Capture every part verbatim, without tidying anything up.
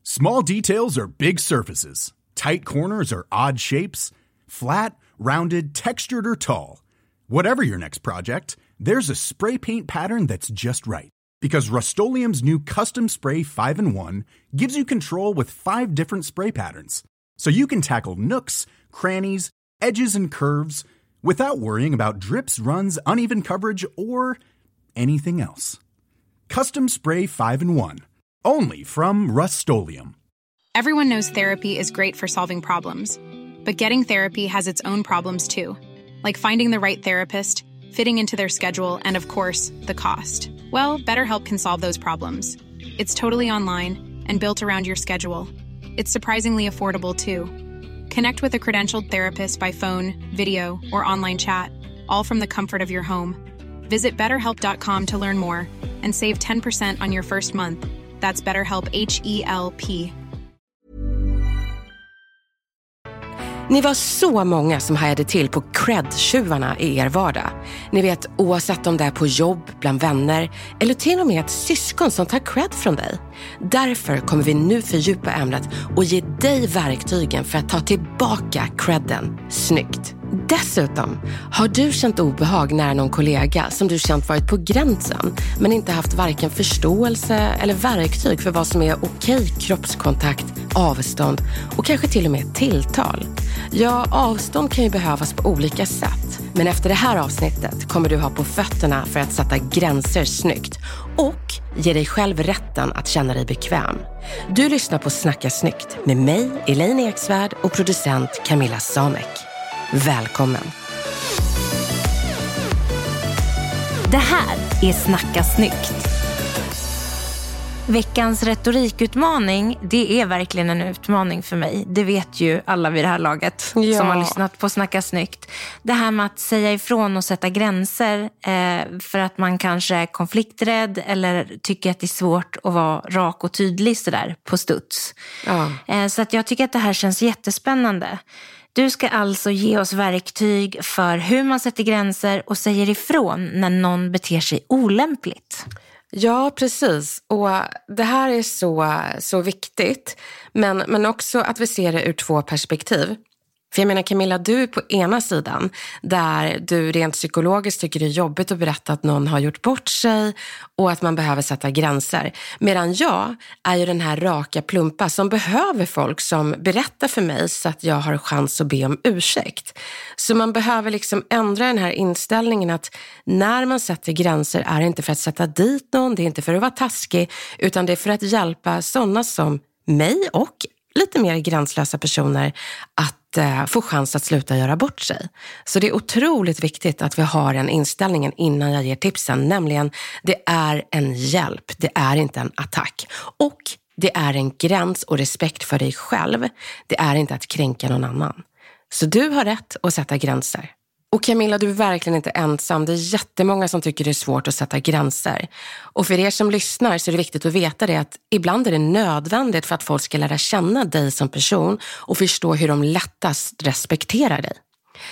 Small details are big surfaces. Tight corners are odd shapes. Flat, rounded, textured, or tall. Whatever your next project, there's a spray paint pattern that's just right. Because Rust-Oleum's new Custom Spray five in one gives you control with five different spray patterns. So you can tackle nooks, crannies, edges, and curves without worrying about drips, runs, uneven coverage, or anything else. Custom Spray five in one. Only from Rust-Oleum. Everyone knows therapy is great for solving problems. But getting therapy has its own problems too. Like finding the right therapist, fitting into their schedule, and of course, the cost. Well, BetterHelp can solve those problems. It's totally online and built around your schedule. It's surprisingly affordable too. Connect with a credentialed therapist by phone, video, or online chat, all from the comfort of your home. Visit better help dot com to learn more and save ten percent on your first month. That's BetterHelp, H E L P. Ni var så många som hajade till på cred-tjuvarna i er vardag. Ni vet, oavsett om det är på jobb, bland vänner eller till och med ett syskon som tar cred från dig. Därför kommer vi nu fördjupa ämnet och ge dig verktygen för att ta tillbaka credden snyggt. Dessutom, har du känt obehag när någon kollega som du känt varit på gränsen men inte haft varken förståelse eller verktyg för vad som är okej kroppskontakt, avstånd och kanske till och med tilltal? Ja, avstånd kan ju behövas på olika sätt. Men efter det här avsnittet kommer du ha på fötterna för att sätta gränser snyggt och ge dig själv rätten att känna dig bekväm. Du lyssnar på Snacka snyggt med mig, Elaine Eksvärd, och producent Camilla Samek. Välkommen! Det här är Snacka snyggt. Veckans retorikutmaning, det är verkligen en utmaning för mig. Det vet ju alla vid det här laget ja. som har lyssnat på Snacka snyggt. Det här med att säga ifrån och sätta gränser eh, för att man kanske är konflikträdd eller tycker att det är svårt att vara rak och tydlig sådär på studs. Ja. Eh, så att jag tycker att det här känns jättespännande. Du ska alltså ge oss verktyg för hur man sätter gränser och säger ifrån när någon beter sig olämpligt. Ja, precis. Och det här är så, så viktigt. Men, men också att vi ser det ur två perspektiv. För jag menar Camilla, du är på ena sidan där du rent psykologiskt tycker det är jobbigt att berätta att någon har gjort bort sig och att man behöver sätta gränser. Medan jag är ju den här raka plumpa som behöver folk som berättar för mig så att jag har chans att be om ursäkt. Så man behöver liksom ändra den här inställningen att när man sätter gränser är det inte för att sätta dit någon, det är inte för att vara taskig, utan det är för att hjälpa sådana som mig och lite mer gränslösa personer att eh, få chans att sluta göra bort sig. Så det är otroligt viktigt att vi har den inställningen innan jag ger tipsen, nämligen det är en hjälp, det är inte en attack. Och det är en gräns och respekt för dig själv. Det är inte att kränka någon annan. Så du har rätt att sätta gränser. Och Camilla, du är verkligen inte ensam. Det är jättemånga som tycker det är svårt att sätta gränser. Och för er som lyssnar så är det viktigt att veta det att ibland är det nödvändigt för att folk ska lära känna dig som person och förstå hur de lättast respekterar dig.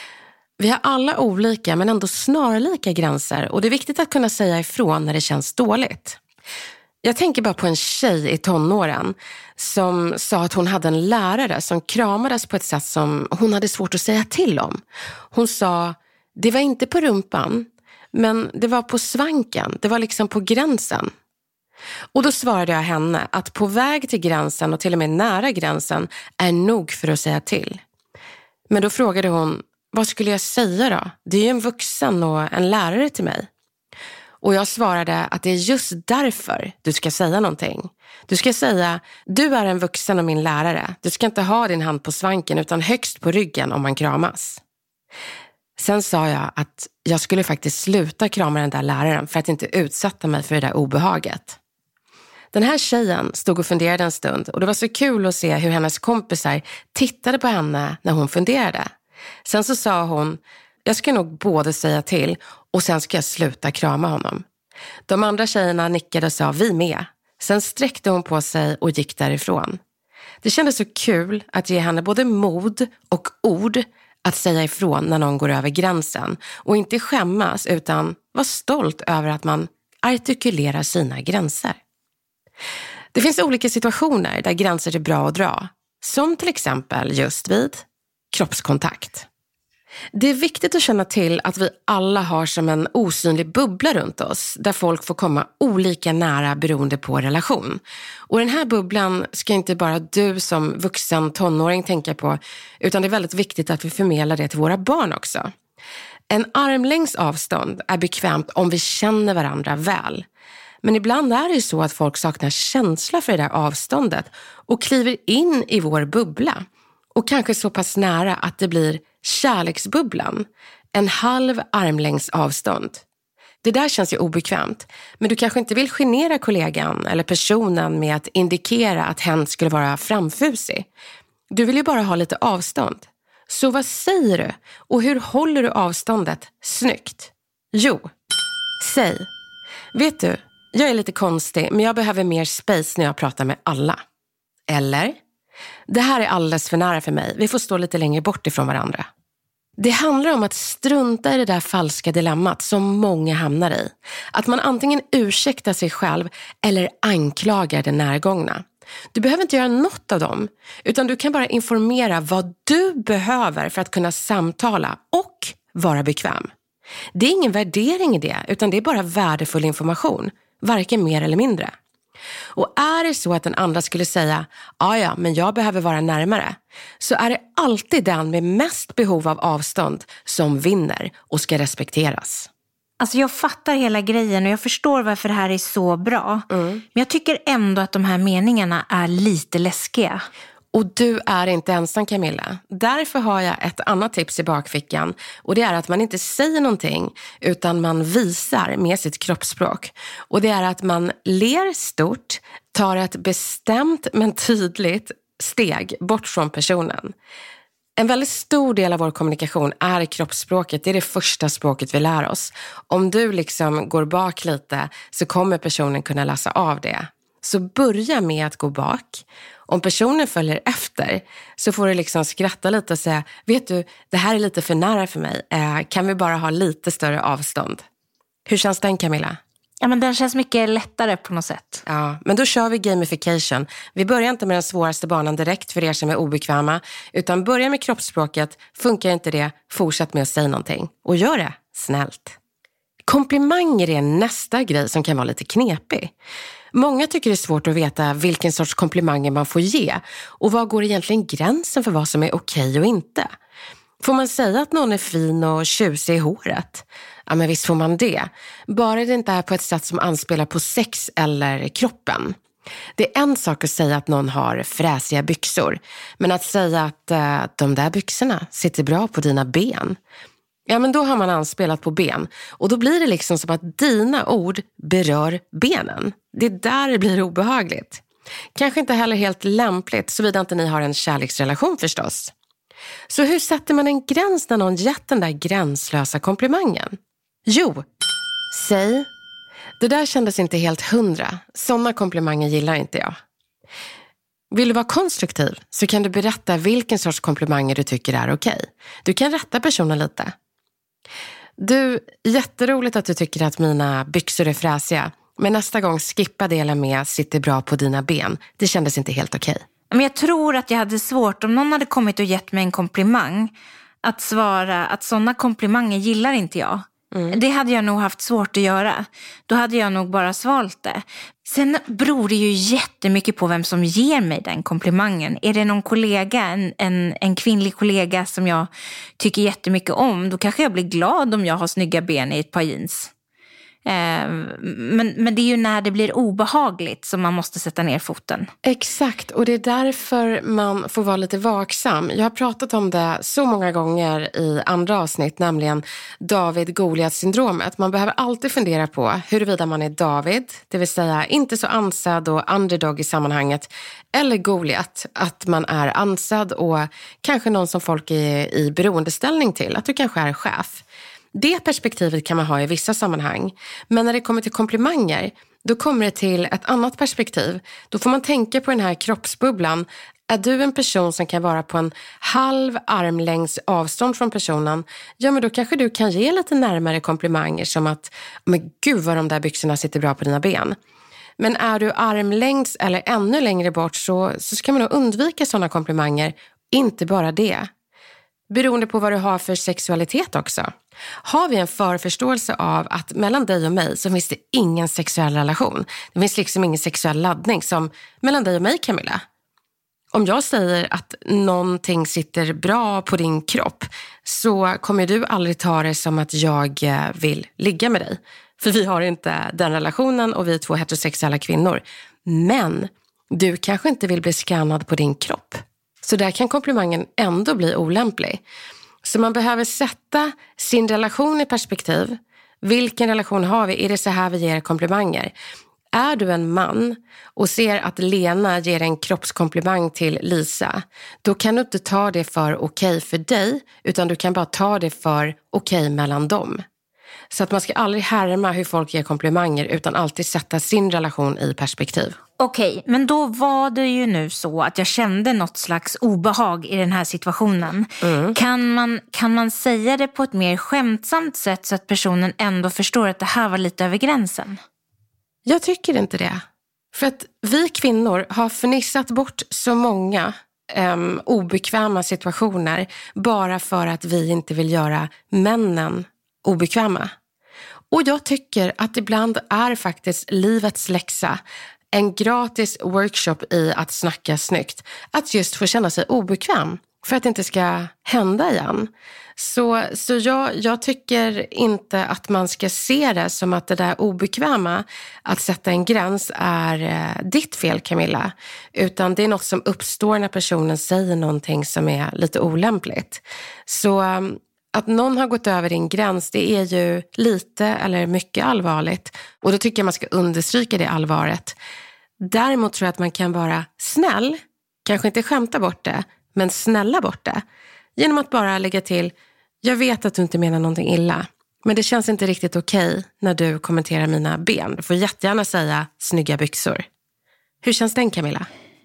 Vi har alla olika men ändå snarlika gränser och det är viktigt att kunna säga ifrån när det känns dåligt. Jag tänker bara på en tjej i tonåren som sa att hon hade en lärare som kramades på ett sätt som hon hade svårt att säga till om. Hon sa, det var inte på rumpan, men det var på svanken, det var liksom på gränsen. Och då svarade jag henne att på väg till gränsen och till och med nära gränsen är nog för att säga till. Men då frågade hon, vad skulle jag säga då? Det är ju en vuxen och en lärare till mig. Och jag svarade att det är just därför du ska säga någonting. Du ska säga, du är en vuxen och min lärare. Du ska inte ha din hand på svanken utan högst på ryggen om man kramas. Sen sa jag att jag skulle faktiskt sluta krama den där läraren för att inte utsätta mig för det där obehaget. Den här tjejen stod och funderade en stund och det var så kul att se hur hennes kompisar tittade på henne när hon funderade. Sen så sa hon, jag ska nog både säga till och sen ska jag sluta krama honom. De andra tjejerna nickade och sa, vi med. Sen sträckte hon på sig och gick därifrån. Det kändes så kul att ge henne både mod och ord att säga ifrån när någon går över gränsen. Och inte skämmas utan vara stolt över att man artikulerar sina gränser. Det finns olika situationer där gränser är bra att dra. Som till exempel just vid kroppskontakt. Det är viktigt att känna till att vi alla har som en osynlig bubbla runt oss där folk får komma olika nära beroende på relation. Och den här bubblan ska inte bara du som vuxen tonåring tänka på, utan det är väldigt viktigt att vi förmedlar det till våra barn också. En armlängds avstånd är bekvämt om vi känner varandra väl. Men ibland är det ju så att folk saknar känsla för det där avståndet och kliver in i vår bubbla. Och kanske så pass nära att det blir kärleksbubblan, en halv armlängds avstånd. Det där känns ju obekvämt, men du kanske inte vill genera kollegan eller personen med att indikera att hen skulle vara framfusig. Du vill ju bara ha lite avstånd. Så vad säger du? Och hur håller du avståndet snyggt? Jo, säg. Vet du, jag är lite konstig, men jag behöver mer space när jag pratar med alla. Eller? Det här är alldeles för nära för mig. Vi får stå lite längre bort ifrån varandra. Det handlar om att strunta i det där falska dilemmat som många hamnar i. Att man antingen ursäktar sig själv eller anklagar den närgångna. Du behöver inte göra något av dem, utan du kan bara informera vad du behöver för att kunna samtala och vara bekväm. Det är ingen värdering i det, utan det är bara värdefull information, varken mer eller mindre. Och är det så att den andra skulle säga, ja ja, men jag behöver vara närmare, så är det alltid den med mest behov av avstånd som vinner och ska respekteras. Alltså jag fattar hela grejen och jag förstår varför det här är så bra. Mm. Men jag tycker ändå att de här meningarna är lite läskiga. Och du är inte ensam, Camilla. Därför har jag ett annat tips i bakfickan. Och det är att man inte säger någonting utan man visar med sitt kroppsspråk. Och det är att man ler stort, tar ett bestämt men tydligt steg bort från personen. En väldigt stor del av vår kommunikation är kroppsspråket. Det är det första språket vi lär oss. Om du liksom går bak lite så kommer personen kunna läsa av det. Så börja med att gå bak. Om personen följer efter så får du liksom skratta lite och säga, vet du, det här är lite för nära för mig. Eh, kan vi bara ha lite större avstånd? Hur känns den, Camilla? Ja, men den känns mycket lättare på något sätt. Ja, men då kör vi gamification. Vi börjar inte med den svåraste banan direkt för er som är obekväma, utan börja med kroppsspråket. Funkar inte det, fortsätt med att säga någonting. Och gör det snällt. Komplimanger är nästa grej som kan vara lite knepig. Många tycker det är svårt att veta vilken sorts komplimanger man får ge. Och vad går egentligen gränsen för vad som är okej och inte? Får man säga att någon är fin och tjusig i håret? Ja, men visst får man det. Bara det inte är på ett sätt som anspelar på sex eller kroppen. Det är en sak att säga att någon har fräsiga byxor. Men att säga att äh, de där byxorna sitter bra på dina ben. Ja, men då har man anspelat på ben. Och då blir det liksom som att dina ord berör benen. Det är där det blir obehagligt. Kanske inte heller helt lämpligt, såvida inte ni har en kärleksrelation förstås. Så hur sätter man en gräns när någon gett den där gränslösa komplimangen? Jo, säg, det där kändes inte helt hundra. Sådana komplimanger gillar inte jag. Vill du vara konstruktiv så kan du berätta vilken sorts komplimanger du tycker är okej. Du kan rätta personen lite. Du, jätteroligt att du tycker att mina byxor är fräsiga. Men nästa gång skippa delen med sitter bra på dina ben. Det kändes inte helt okej. Men jag tror att jag hade svårt om någon hade kommit och gett mig en komplimang att svara att sådana komplimanger gillar inte jag. Mm. Det hade jag nog haft svårt att göra. Då hade jag nog bara svalt det. Sen beror det ju jättemycket på vem som ger mig den komplimangen. Är det någon kollega, en, en, en kvinnlig kollega som jag tycker jättemycket om, då kanske jag blir glad om jag har snygga ben i ett par jeans. Men, men det är ju när det blir obehagligt som man måste sätta ner foten. Exakt, och det är därför man får vara lite vaksam. Jag har pratat om det så många gånger i andra avsnitt, nämligen David-Goliat-syndromet. Man behöver alltid fundera på huruvida man är David, det vill säga inte så ansedd och underdog i sammanhanget, eller Goliat, att man är ansedd och kanske någon som folk är i beroendeställning till, att du kanske är chef. Det perspektivet kan man ha i vissa sammanhang. Men när det kommer till komplimanger, då kommer det till ett annat perspektiv. Då får man tänka på den här kroppsbubblan. Är du en person som kan vara på en halv armlängds avstånd från personen, ja men då kanske du kan ge lite närmare komplimanger som att, men gud vad de där byxorna sitter bra på dina ben. Men är du armlängds eller ännu längre bort så, så ska man nog undvika sådana komplimanger. Inte bara det. Beroende på vad du har för sexualitet också. Har vi en förförståelse av att mellan dig och mig så finns det ingen sexuell relation. Det finns liksom ingen sexuell laddning som mellan dig och mig, Camilla. Om jag säger att någonting sitter bra på din kropp så kommer du aldrig ta det som att jag vill ligga med dig. För vi har inte den relationen och vi är två heterosexuella kvinnor. Men du kanske inte vill bli skannad på din kropp. Så där kan komplimangen ändå bli olämplig. Så man behöver sätta sin relation i perspektiv. Vilken relation har vi? Är det så här vi ger komplimanger? Är du en man och ser att Lena ger en kroppskomplimang till Lisa, då kan du inte ta det för okej för dig, utan du kan bara ta det för okej mellan dem. Så att man ska aldrig härma hur folk ger komplimanger utan alltid sätta sin relation i perspektiv. Okej, men då var det ju nu så att jag kände något slags obehag i den här situationen. Mm. Kan man, kan man säga det på ett mer skämtsamt sätt så att personen ändå förstår att det här var lite över gränsen? Jag tycker inte det. För att vi kvinnor har förnissat bort så många um, obekväma situationer bara för att vi inte vill göra männen obekväma. Och jag tycker att ibland är faktiskt livets läxa en gratis workshop i att snacka snyggt. Att just få känna sig obekväm för att det inte ska hända igen. Så, så jag, jag tycker inte att man ska se det som att det där obekväma, att sätta en gräns, är eh, ditt fel, Camilla. Utan det är något som uppstår när personen säger någonting som är lite olämpligt. Så um, att någon har gått över din gräns, det är ju lite eller mycket allvarligt. Och då tycker jag man ska understryka det allvaret. Däremot tror jag att man kan vara snäll, kanske inte skämta bort det, men snälla bort det. Genom att bara lägga till, jag vet att du inte menar någonting illa, men det känns inte riktigt okej när du kommenterar mina ben. Du får jättegärna säga snygga byxor. Hur känns den, Camilla?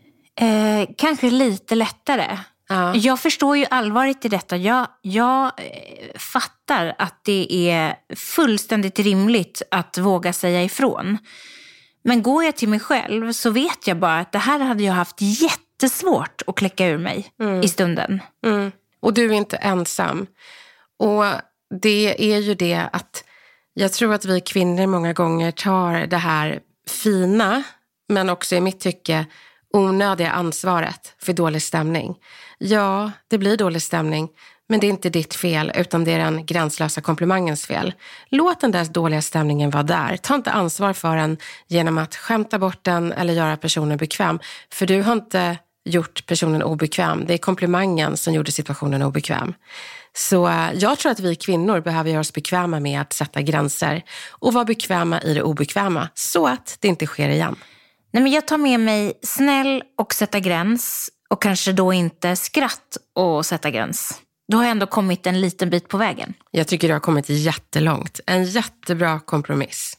Eh, kanske lite lättare. Ja. Jag förstår ju allvaret i detta. Jag, jag eh, fattar att det är fullständigt rimligt att våga säga ifrån. Men går jag till mig själv så vet jag bara att det här hade jag haft jättesvårt att kläcka ur mig mm. i stunden. Mm. Och du är inte ensam. Och det är ju det att jag tror att vi kvinnor många gånger tar det här fina, men också i mitt tycke onödiga ansvaret för dålig stämning. Ja, det blir dålig stämning, men det är inte ditt fel utan det är den gränslösa komplimangens fel. Låt den där dåliga stämningen vara där. Ta inte ansvar för den genom att skämta bort den eller göra personen bekväm. För du har inte gjort personen obekväm. Det är komplimangen som gjorde situationen obekväm. Så jag tror att vi kvinnor behöver göra oss bekväma med att sätta gränser och vara bekväma i det obekväma så att det inte sker igen. Nej, men jag tar med mig snäll och sätta gräns och kanske då inte skratt och sätta gräns. Då har jag ändå kommit en liten bit på vägen. Jag tycker du har kommit jättelångt. En jättebra kompromiss.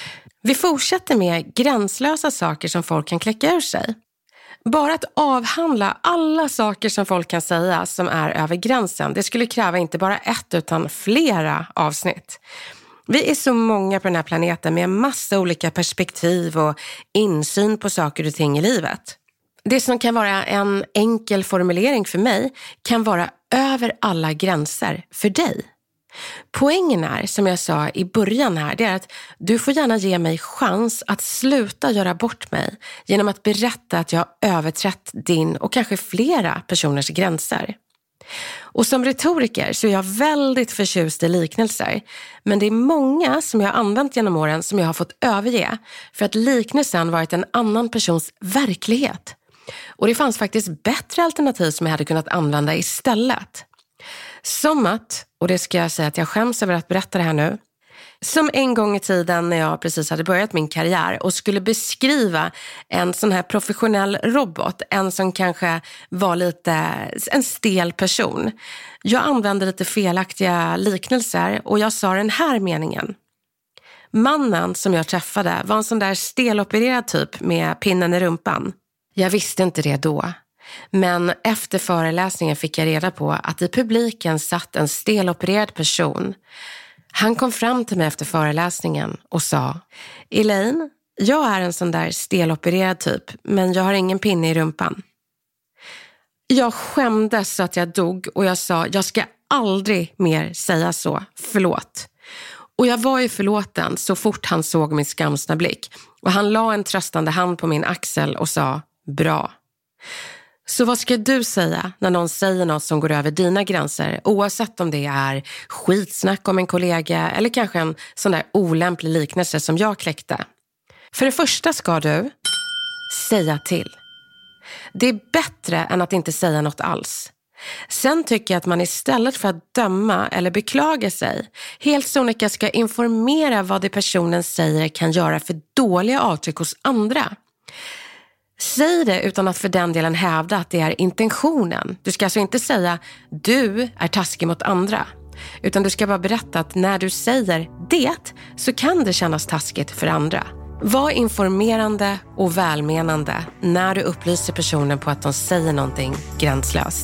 Vi fortsätter med gränslösa saker som folk kan kläcka ur sig. Bara att avhandla alla saker som folk kan säga som är över gränsen, det skulle kräva inte bara ett utan flera avsnitt. Vi är så många på den här planeten med massa olika perspektiv och insyn på saker och ting i livet. Det som kan vara en enkel formulering för mig kan vara över alla gränser för dig. Poängen är, som jag sa i början här, det är att du får gärna ge mig chans att sluta göra bort mig genom att berätta att jag har överträtt din och kanske flera personers gränser. Och som retoriker så är jag väldigt förtjust i liknelser. Men det är många som jag har använt genom åren som jag har fått överge för att liknelsen varit en annan persons verklighet. Och det fanns faktiskt bättre alternativ som jag hade kunnat använda istället. Som att, och det ska jag säga att jag skäms över att berätta det här nu, som en gång i tiden när jag precis hade börjat min karriär och skulle beskriva en sån här professionell robot, en som kanske var lite en stel person. Jag använde lite felaktiga liknelser och jag sa den här meningen. Mannen som jag träffade var en sån där stelopererad typ med pinnen i rumpan. Jag visste inte det då. Men efter föreläsningen fick jag reda på att i publiken satt en stelopererad person. Han kom fram till mig efter föreläsningen och sa: Elaine, Jag är en sån där stelopererad typ, men jag har ingen pinne i rumpan. Jag skämdes så att jag dog och jag sa, jag ska aldrig mer säga så, förlåt. Och jag var ju förlåten så fort han såg min skamsna blick. Och han la en tröstande hand på min axel och sa, bra. Så vad ska du säga när någon säger något som går över dina gränser, oavsett om det är skitsnack om en kollega eller kanske en sån där olämplig liknelse som jag kläckte? För det första ska du säga till. Det är bättre än att inte säga något alls. Sen tycker jag att man istället för att döma eller beklaga sig helt sonika ska informera vad det personen säger kan göra för dåliga avtryck hos andra. Säg det utan att för den delen hävda att det är intentionen. Du ska alltså inte säga du är taskig mot andra. Utan du ska bara berätta att när du säger det så kan det kännas taskigt för andra. Var informerande och välmenande när du upplyser personen på att de säger någonting gränslöst.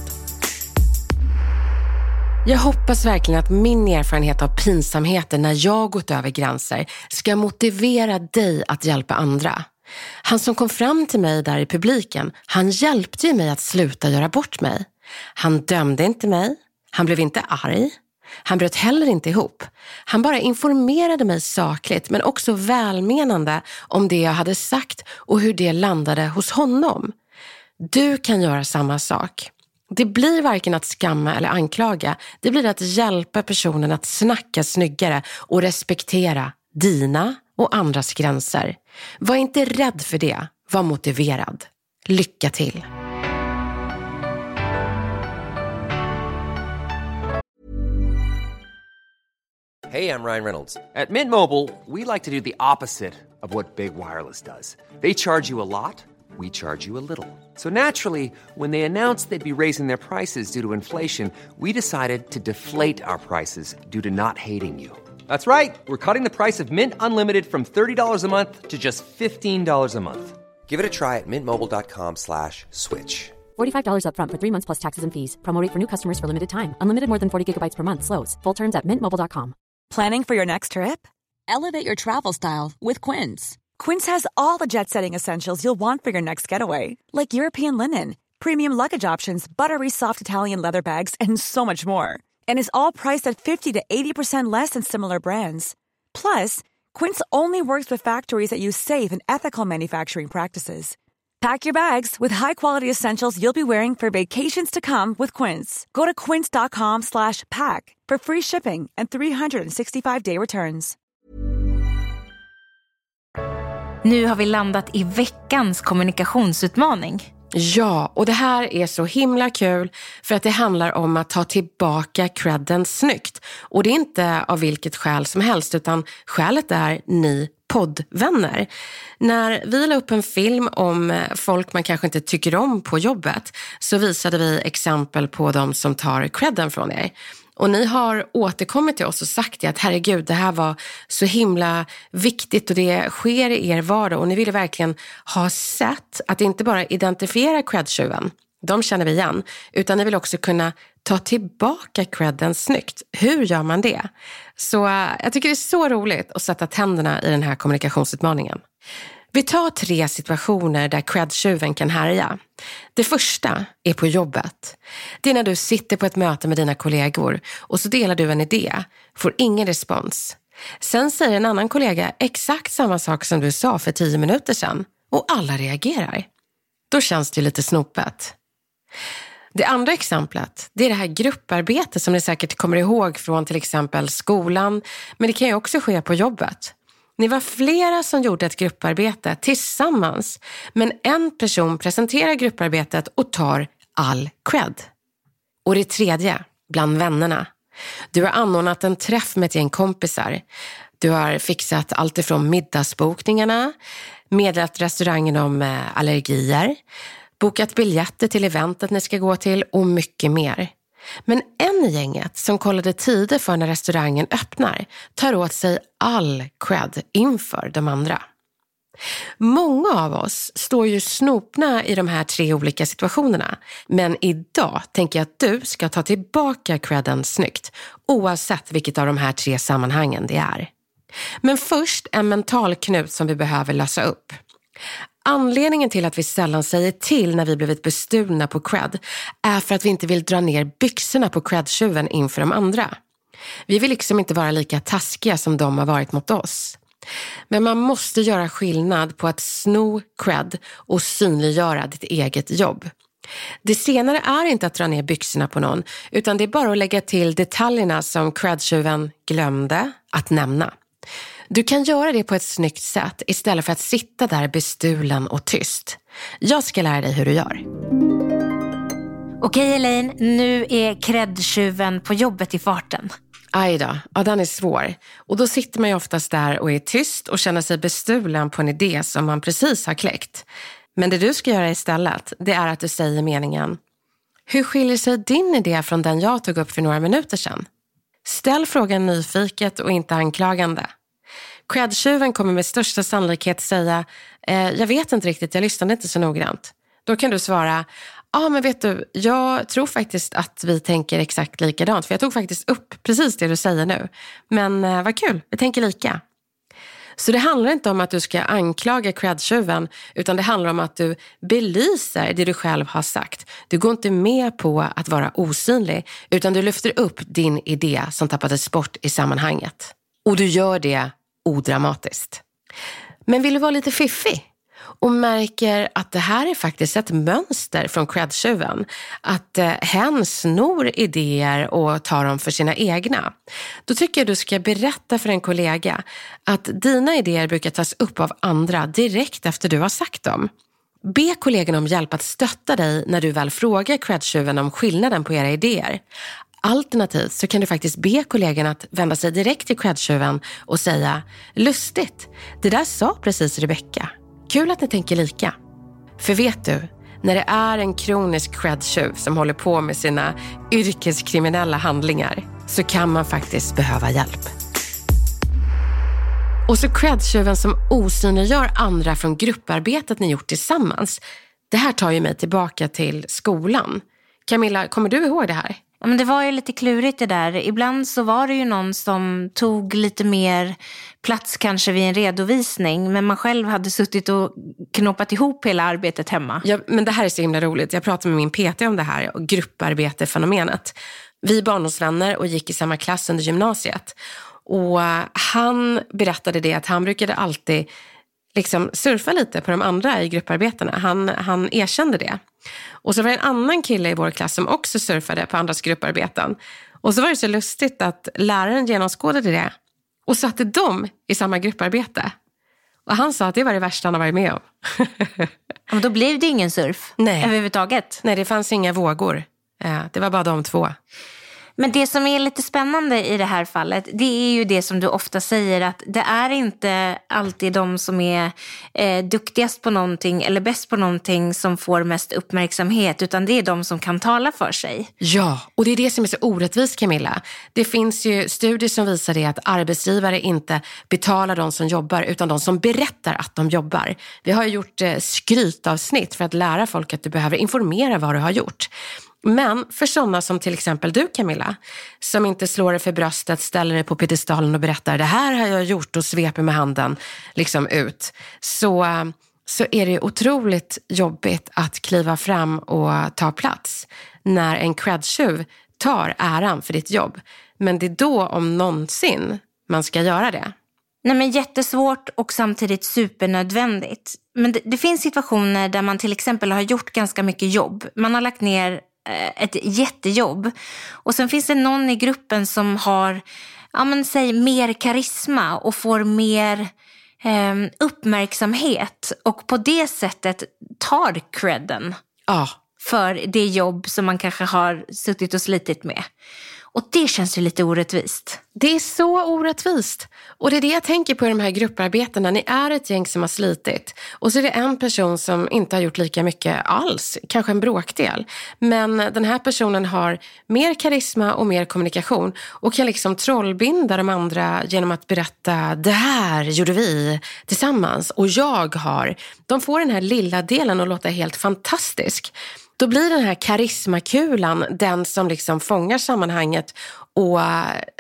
Jag hoppas verkligen att min erfarenhet av pinsamheter när jag gått över gränser ska motivera dig att hjälpa andra. Han som kom fram till mig där i publiken, han hjälpte ju mig att sluta göra bort mig. Han dömde inte mig, han blev inte arg, han bröt heller inte ihop. Han bara informerade mig sakligt men också välmenande om det jag hade sagt och hur det landade hos honom. Du kan göra samma sak. Det blir varken att skamma eller anklaga. Det blir att hjälpa personen att snacka snyggare och respektera dina och andras gränser. Var inte rädd för det. Var motiverad. Lycka till! Hey, I'm Ryan Reynolds. At Mint Mobile, we like to do the opposite of what Big Wireless does. They charge you a lot. We charge you a little. So naturally, when they announced they'd be raising their prices due to inflation, we decided to deflate our prices due to not hating you. That's right. We're cutting the price of Mint Unlimited from thirty dollars a month to just fifteen dollars a month. Give it a try at mintmobile.com slash switch. forty-five dollars up front for three months plus taxes and fees. Promo rate for new customers for limited time. Unlimited more than forty gigabytes per month slows. Full terms at mint mobile dot com. Planning for your next trip? Elevate your travel style with Quince. Quince has all the jet-setting essentials you'll want for your next getaway, like European linen, premium luggage options, buttery soft Italian leather bags, and so much more. And is all priced at fifty to eighty percent less than similar brands. Plus, Quince only works with factories that use safe and ethical manufacturing practices. Pack your bags with high-quality essentials you'll be wearing for vacations to come with Quince. Go to quince.com slash pack for free shipping and three sixty-five day returns. Nu har vi landat i veckans kommunikationsutmaning. Ja, och det här är så himla kul för att det handlar om att ta tillbaka credden snyggt. Och det är inte av vilket skäl som helst utan skälet är ni poddvänner. När vi la upp en film om folk man kanske inte tycker om på jobbet så visade vi exempel på de som tar credden från er. Och ni har återkommit till oss och sagt att herregud, det här var så himla viktigt och det sker i er vardag. Och ni ville verkligen ha sett att inte bara identifiera cred-tjuven, de känner vi igen, utan ni vill också kunna ta tillbaka credden snyggt. Hur gör man det? Så uh, jag tycker det är så roligt att sätta tänderna i den här kommunikationsutmaningen. Vi tar tre situationer där cred-tjuven kan härja. Det första är på jobbet. Det är när du sitter på ett möte med dina kollegor och så delar du en idé, får ingen respons. Sen säger en annan kollega exakt samma sak som du sa för tio minuter sedan och alla reagerar. Då känns det lite snopet. Det andra exemplet, det är det här grupparbetet som ni säkert kommer ihåg från till exempel skolan, men det kan ju också ske på jobbet. Ni var flera som gjorde ett grupparbete tillsammans, men en person presenterar grupparbetet och tar all cred. Och det tredje, bland vännerna. Du har anordnat en träff med ett gäng kompisar. Du har fixat allt ifrån middagsbokningarna, meddelat restaurangen om allergier, bokat biljetter till eventet ni ska gå till och mycket mer. Men en i gänget som kollade tider för när restaurangen öppnar tar åt sig all cred inför de andra. Många av oss står ju snopna i de här tre olika situationerna. Men idag tänker jag att du ska ta tillbaka credden snyggt oavsett vilket av de här tre sammanhangen det är. Men först en mental knut som vi behöver lösa upp. Anledningen till att vi sällan säger till när vi blivit bestulna på cred är för att vi inte vill dra ner byxorna på cred-tjuven inför de andra. Vi vill liksom inte vara lika taskiga som de har varit mot oss. Men man måste göra skillnad på att sno cred och synliggöra ditt eget jobb. Det senare är inte att dra ner byxorna på någon, utan det är bara att lägga till detaljerna som cred-tjuven glömde att nämna. Du kan göra det på ett snyggt sätt istället för att sitta där bestulen och tyst. Jag ska lära dig hur du gör. Okej Elaine, nu är cred-tjuven på jobbet i farten. Aj då, ja, den är svår. Och då sitter man ju oftast där och är tyst och känner sig bestulen på en idé som man precis har kläckt. Men det du ska göra istället, det är att du säger meningen: hur skiljer sig din idé från den jag tog upp för några minuter sedan? Ställ frågan nyfiket och inte anklagande. Cred-tjuven kommer med största sannolikhet säga eh, jag vet inte riktigt, jag lyssnade inte så noggrant. Då kan du svara: ja ah, men vet du, jag tror faktiskt att vi tänker exakt likadant. För jag tog faktiskt upp precis det du säger nu. Men eh, vad kul, vi tänker lika. Så det handlar inte om att du ska anklaga cred-tjuven, utan det handlar om att du belyser det du själv har sagt. Du går inte med på att vara osynlig, utan du lyfter upp din idé som tappades bort i sammanhanget. Och du gör det odramatiskt. Men vill du vara lite fiffig och märker att det här är faktiskt ett mönster från cred-tjuven, att eh, hen snor idéer och tar dem för sina egna, då tycker jag du ska berätta för en kollega att dina idéer brukar tas upp av andra direkt efter du har sagt dem. Be kollegan om hjälp att stötta dig när du väl frågar cred-tjuven om skillnaden på era idéer. Alternativt så kan du faktiskt be kollegan att vända sig direkt till cred-tjuven och säga: lustigt, det där sa precis Rebecca. Kul att ni tänker lika. För vet du, när det är en kronisk cred-tjuv som håller på med sina yrkeskriminella handlingar, så kan man faktiskt behöva hjälp. Och så cred-tjuven som osynliggör andra från grupparbetet ni gjort tillsammans. Det här tar ju mig tillbaka till skolan. Camilla, kommer du ihåg det här? Ja, men det var ju lite klurigt det där. Ibland så var det ju någon som tog lite mer plats kanske vid en redovisning, men man själv hade suttit och knoppat ihop hela arbetet hemma. Ja, men det här är så himla roligt. Jag pratade med min P T om det här och grupparbetefenomenet. Vi är barndomsvänner och gick i samma klass under gymnasiet. Och han berättade det att han brukade alltid liksom surfa lite på de andra i grupparbetena. Han, han erkände det. Och så var det en annan kille i vår klass som också surfade på andras grupparbeten. Och så var det så lustigt att läraren genomskådade det och satte dem i samma grupparbete. Och han sa att det var det värsta han har varit med om. Men då blev det ingen surf. Nej. Överhuvudtaget. Nej, det fanns inga vågor. Det var bara de två. Men det som är lite spännande i det här fallet, det är ju det som du ofta säger, att det är inte alltid de som är eh, duktigast på någonting eller bäst på någonting som får mest uppmärksamhet, utan det är de som kan tala för sig. Ja, och det är det som är så orättvist, Camilla. Det finns ju studier som visar det, att arbetsgivare inte betalar de som jobbar utan de som berättar att de jobbar. Vi har gjort eh, skrytavsnitt för att lära folk att du behöver informera vad du har gjort. Men för sådana som till exempel du, Camilla, som inte slår dig för bröstet, ställer dig på piedestalen och berättar det här har jag gjort och sveper med handen liksom ut, så, så är det otroligt jobbigt att kliva fram och ta plats när en cred-tjuv tar äran för ditt jobb. Men det är då om någonsin man ska göra det. Nej, men jättesvårt och samtidigt supernödvändigt. Men det, det finns situationer där man till exempel har gjort ganska mycket jobb. Man har lagt ner ett jättejobb. Och sen finns det någon i gruppen som har, ja men säg, mer karisma och får mer eh, uppmärksamhet. Och på det sättet tar credden Ja. för det jobb som man kanske har suttit och slitit med. Och det känns ju lite orättvist. Det är så orättvist. Och det är det jag tänker på i de här grupparbetena. Ni är ett gäng som har slitit. Och så är det en person som inte har gjort lika mycket alls. Kanske en bråkdel. Men den här personen har mer karisma och mer kommunikation. Och kan liksom trollbinda de andra genom att berätta: det här gjorde vi tillsammans. Och jag har. De får den här lilla delen att låta helt fantastisk. Då blir den här karismakulan den som liksom fångar sammanhanget och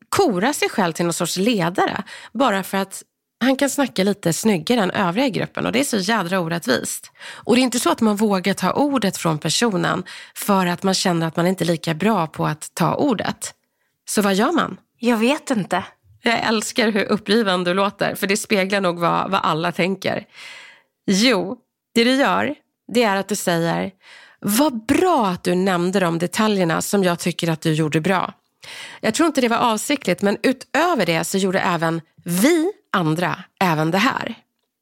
kora sig själv till någon sorts ledare bara för att han kan snacka lite snyggare än övriga i gruppen, och det är så jädra orättvist. Och det är inte så att man vågar ta ordet från personen för att man känner att man inte är lika bra på att ta ordet. Så vad gör man? Jag vet inte. Jag älskar hur uppgiven du låter, för det speglar nog vad, vad alla tänker. Jo, det du gör, det är att du säger: vad bra att du nämnde de detaljerna som jag tycker att du gjorde bra. Jag tror inte det var avsiktligt, men utöver det så gjorde även vi andra även det här.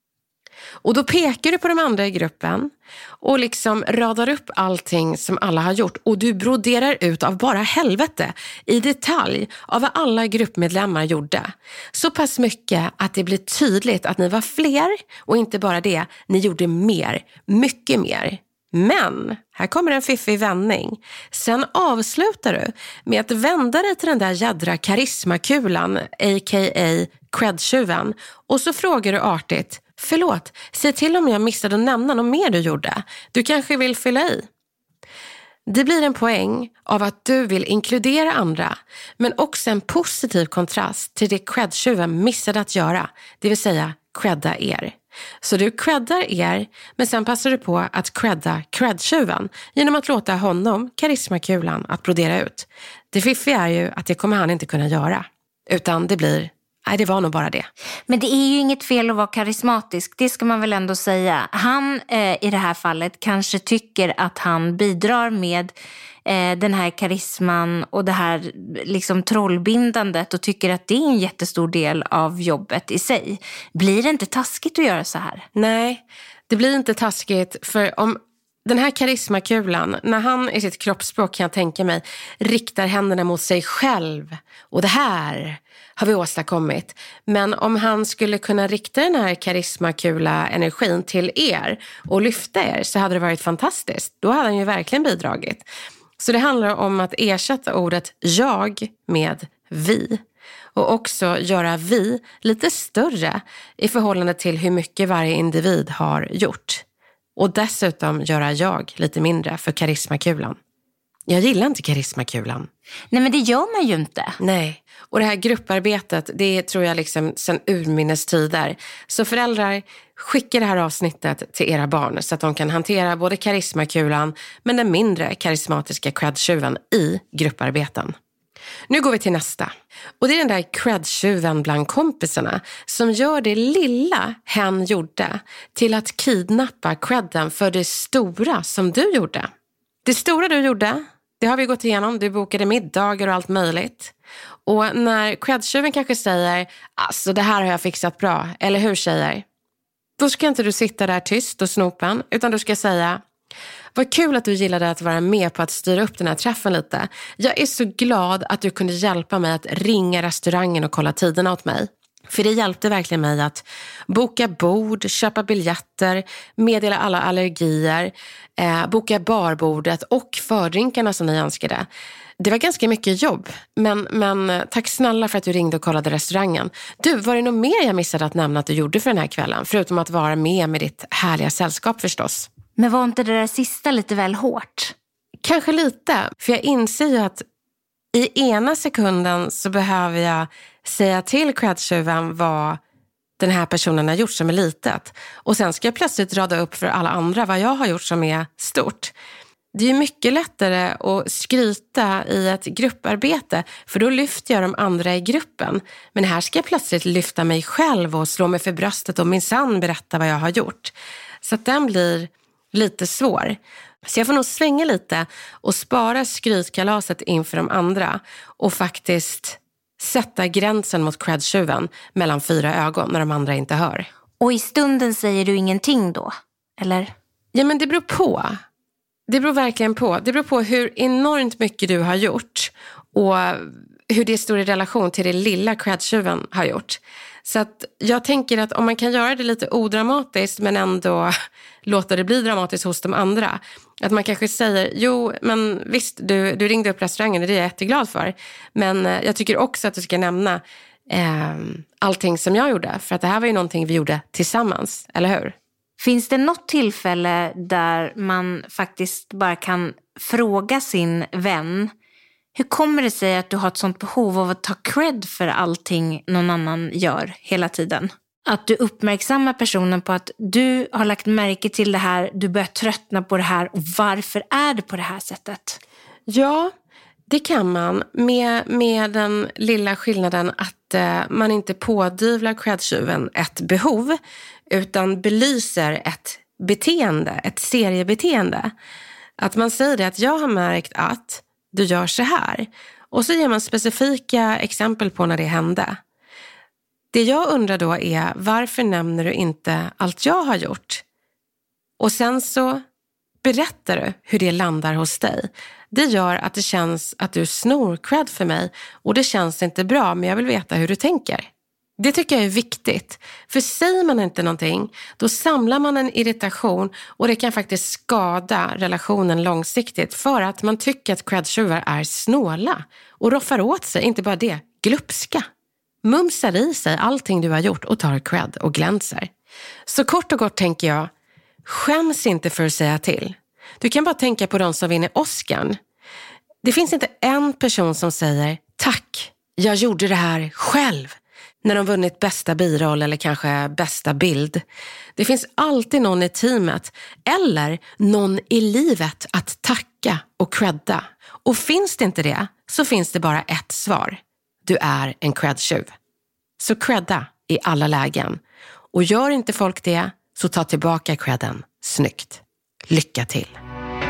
Och då pekar du på de andra i gruppen och liksom radar upp allting som alla har gjort. Och du broderar ut av bara helvete i detalj av vad alla gruppmedlemmar gjorde. Så pass mycket att det blir tydligt att ni var fler, och inte bara det, ni gjorde mer, mycket mer. Men här kommer en fiffig vändning. Sen avslutar du med att vända dig till den där jädra karismakulan, a k a cred-tjuven, och så frågar du artigt: förlåt, säg till om jag missade att nämna något mer du gjorde. Du kanske vill fylla i. Det blir en poäng av att du vill inkludera andra, men också en positiv kontrast till det cred-tjuven missade att göra, det vill säga credda er. Så du creddar er, men sen passar du på att credda cred-tjuven genom att låta honom, karismakulan, att brodera ut. Det fiffiga är ju att det kommer han inte kunna göra, utan det blir: nej, det var nog bara det. Men det är ju inget fel att vara karismatisk, det ska man väl ändå säga. Han eh, i det här fallet kanske tycker att han bidrar med eh, den här karisman och det här liksom trollbindandet, och tycker att det är en jättestor del av jobbet i sig. Blir det inte taskigt att göra så här? Nej, det blir inte taskigt, för om den här karismakulan, när han i sitt kroppsspråk, kan jag tänka mig, riktar händerna mot sig själv, och det här har vi åstadkommit. Men om han skulle kunna rikta den här karismakula energin till er och lyfta er, så hade det varit fantastiskt. Då hade han ju verkligen bidragit. Så det handlar om att ersätta ordet jag med vi. Och också göra vi lite större i förhållande till hur mycket varje individ har gjort. Och dessutom göra jag lite mindre för karismakulan. Jag gillar inte karismakulan. Nej, men det gör man ju inte. Nej, och det här grupparbetet, det tror jag liksom sedan urminnes tider. Så föräldrar, skicka det här avsnittet till era barn så att de kan hantera både karismakulan men den mindre karismatiska cred-tjuven i grupparbeten. Nu går vi till nästa. Och det är den där cred-tjuven bland kompisarna som gör det lilla hen gjorde till att kidnappa credden för det stora som du gjorde. Det stora du gjorde, det har vi gått igenom. Du bokade middagar och allt möjligt. Och när cred-tjuven kanske säger: alltså det här har jag fixat bra, eller hur tjejer? Då ska inte du sitta där tyst och snopen, utan du ska säga: vad kul att du gillade att vara med på att styra upp den här träffen lite. Jag är så glad att du kunde hjälpa mig att ringa restaurangen och kolla tiderna åt mig. För det hjälpte verkligen mig att boka bord, köpa biljetter, meddela alla allergier, eh, boka barbordet och fördrinkarna som ni önskade. Det var ganska mycket jobb, men, men tack snälla för att du ringde och kollade restaurangen. Du, var det något mer jag missade att nämna att du gjorde för den här kvällen? Förutom att vara med med ditt härliga sällskap förstås. Men var inte det där sista lite väl hårt? Kanske lite, för jag inser ju att i ena sekunden så behöver jag säga till cred-tjuven vad den här personen har gjort som är litet. Och sen ska jag plötsligt rada upp för alla andra vad jag har gjort som är stort. Det är ju mycket lättare att skryta i ett grupparbete, för då lyfter jag de andra i gruppen. Men här ska jag plötsligt lyfta mig själv och slå mig för bröstet och minsann berätta vad jag har gjort. Så att den blir lite svår. Så jag får nog svänga lite och spara skrytkalaset inför de andra och faktiskt sätta gränsen mot cred-tjuven mellan fyra ögon när de andra inte hör. Och i stunden säger du ingenting då, eller? Ja, men det beror på. Det beror verkligen på. Det beror på hur enormt mycket du har gjort och hur det står i relation till det lilla cred-tjuven har gjort. Så att jag tänker att om man kan göra det lite odramatiskt men ändå låta det bli dramatiskt hos de andra. Att man kanske säger: jo, men visst, du, du ringde upp restaurangen, det är jag jätteglad för. Men jag tycker också att du ska nämna eh, allting som jag gjorde. För att det här var ju någonting vi gjorde tillsammans, eller hur? Finns det något tillfälle där man faktiskt bara kan fråga sin vän Hur kommer det sig att du har ett sånt behov av att ta cred för allting någon annan gör hela tiden? Att du uppmärksammar personen på att du har lagt märke till det här, du börjar tröttna på det här och varför är det på det här sättet? Ja, det kan man med, med den lilla skillnaden att eh, man inte pådyvlar credtjuven ett behov utan belyser ett beteende, ett seriebeteende. Att man säger det att jag har märkt att du gör så här och så ger man specifika exempel på när det hände. Det jag undrar då är varför nämner du inte allt jag har gjort? Och sen så berättar du hur det landar hos dig. Det gör att det känns att du snor cred för mig och det känns inte bra men jag vill veta hur du tänker. Det tycker jag är viktigt. För säger man inte någonting då samlar man en irritation och det kan faktiskt skada relationen långsiktigt för att man tycker att credtjuvar är snåla och roffar åt sig, inte bara det, glupska. Mumsar i sig allting du har gjort och tar cred och glänser. Så kort och gott tänker jag, skäms inte för att säga till. Du kan bara tänka på de som vinner Oscar. Det finns inte en person som säger tack, jag gjorde det här själv när de vunnit bästa biroll eller kanske bästa bild. Det finns alltid någon i teamet eller någon i livet att tacka och credda. Och finns det inte det så finns det bara ett svar. Du är en credtjuv. Så credda i alla lägen. Och gör inte folk det så ta tillbaka credden snyggt. Lycka till!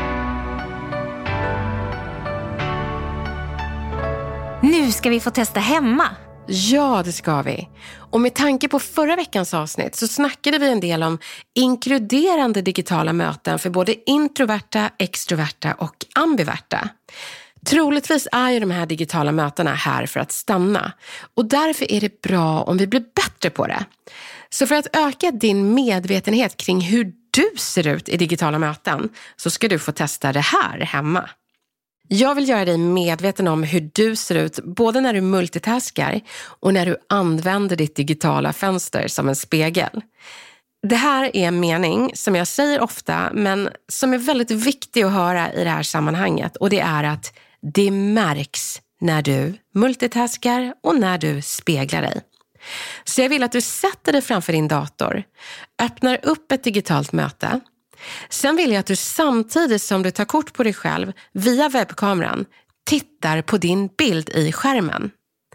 Nu ska vi få testa hemma. Ja, det ska vi. Och med tanke på förra veckans avsnitt så snackade vi en del om inkluderande digitala möten för både introverta, extroverta och ambiverta. Troligtvis är ju de här digitala mötena här för att stanna. Och därför är det bra om vi blir bättre på det. Så för att öka din medvetenhet kring hur du ser ut i digitala möten så ska du få testa det här hemma. Jag vill göra dig medveten om hur du ser ut både när du multitaskar och när du använder ditt digitala fönster som en spegel. Det här är en mening som jag säger ofta men som är väldigt viktig att höra i det här sammanhanget och det är att det märks när du multitaskar och när du speglar dig. Så jag vill att du sätter dig framför din dator, öppnar upp ett digitalt möte. Sen vill jag att du samtidigt som du tar kort på dig själv via webbkameran tittar på din bild i skärmen.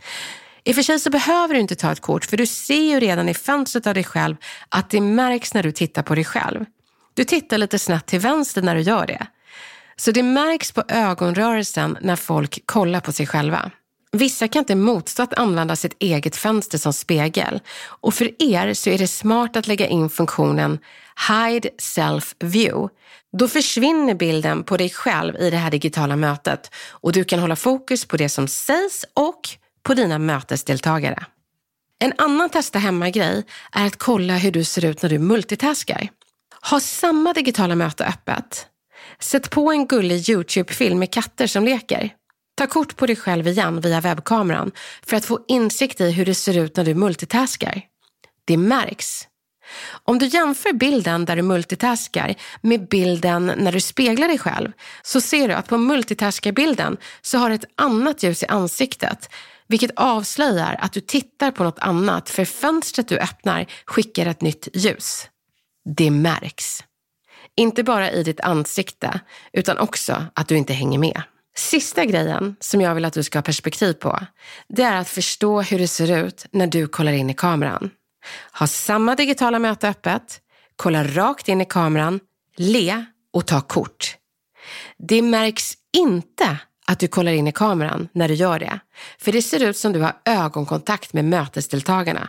I och för sig så behöver du inte ta ett kort för du ser ju redan i fönstret av dig själv att det märks när du tittar på dig själv. Du tittar lite snett till vänster när du gör det. Så det märks på ögonrörelsen när folk kollar på sig själva. Vissa kan inte motstå att använda sitt eget fönster som spegel. Och för er så är det smart att lägga in funktionen Hide Self View. Då försvinner bilden på dig själv i det här digitala mötet. Och du kan hålla fokus på det som sägs och på dina mötesdeltagare. En annan testa hemma-grej är att kolla hur du ser ut när du multitaskar. Ha samma digitala möte öppet. Sätt på en gullig YouTube-film med katter som leker. Ta kort på dig själv igen via webbkameran för att få insikt i hur det ser ut när du multitaskar. Det märks. Om du jämför bilden där du multitaskar med bilden när du speglar dig själv så ser du att på multitaskarbilden så har du ett annat ljus i ansiktet vilket avslöjar att du tittar på något annat för fönstret du öppnar skickar ett nytt ljus. Det märks. Inte bara i ditt ansikte utan också att du inte hänger med. Sista grejen som jag vill att du ska ha perspektiv på det är att förstå hur det ser ut när du kollar in i kameran. Ha samma digitala möte öppet, kolla rakt in i kameran, le och ta kort. Det märks inte att du kollar in i kameran när du gör det, för det ser ut som du har ögonkontakt med mötesdeltagarna.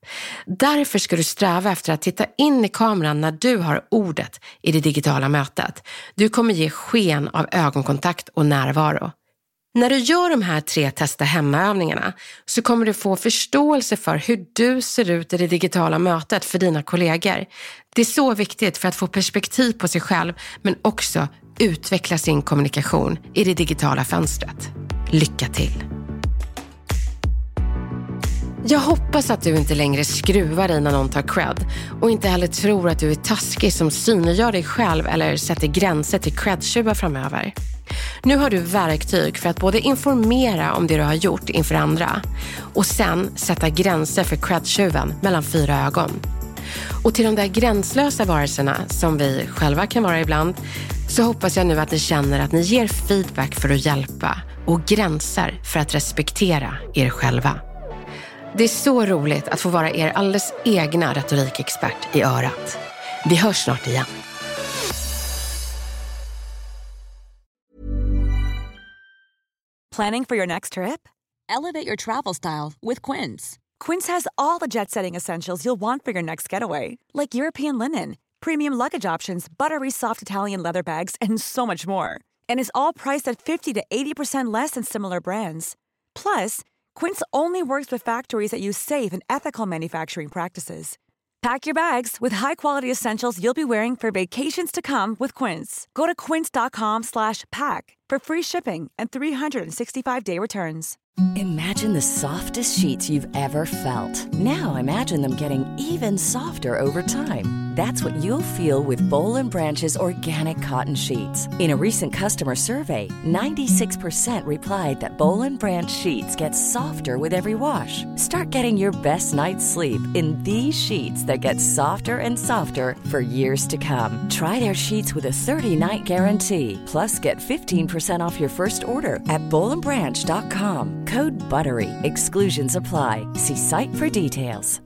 Därför ska du sträva efter att titta in i kameran när du har ordet i det digitala mötet. Du kommer ge sken av ögonkontakt och närvaro. När du gör de här tre testa hemmaövningarna så kommer du få förståelse för hur du ser ut i det digitala mötet för dina kollegor. Det är så viktigt för att få perspektiv på sig själv men också utveckla sin kommunikation i det digitala fönstret. Lycka till! Jag hoppas att du inte längre skruvar dig när någon tar cred och inte heller tror att du är taskig som synliggör dig själv eller sätter gränser till credtjuvar framöver. Nu har du verktyg för att både informera om det du har gjort inför andra och sen sätta gränser för credtjuven mellan fyra ögon. Och till de där gränslösa varelserna som vi själva kan vara ibland, så hoppas jag nu att ni känner att ni ger feedback för att hjälpa och gränser för att respektera er själva. Det är så roligt att få vara er alldeles egna retorikexpert i örat. Vi hörs snart igen. Planning for your next trip? Elevate your travel style with Quince. Quince has all the jet-setting essentials you'll want for your next getaway, like European linen, premium luggage options, buttery soft Italian leather bags, and so much more. And is all priced at fifty to eighty percent less than similar brands. Plus, Quince only works with factories that use safe and ethical manufacturing practices. Pack your bags with high-quality essentials you'll be wearing for vacations to come with Quince. Go to quince.com slash pack for free shipping and three sixty-five day returns. Imagine the softest sheets you've ever felt. Now imagine them getting even softer over time. That's what you'll feel with Boll and Branch's organic cotton sheets. In a recent customer survey, ninety-six percent replied that Boll and Branch sheets get softer with every wash. Start getting your best night's sleep in these sheets that get softer and softer for years to come. Try their sheets with a thirty-night guarantee. Plus, get fifteen percent off your first order at boll and branch dot com. Code BUTTERY. Exclusions apply. See site for details.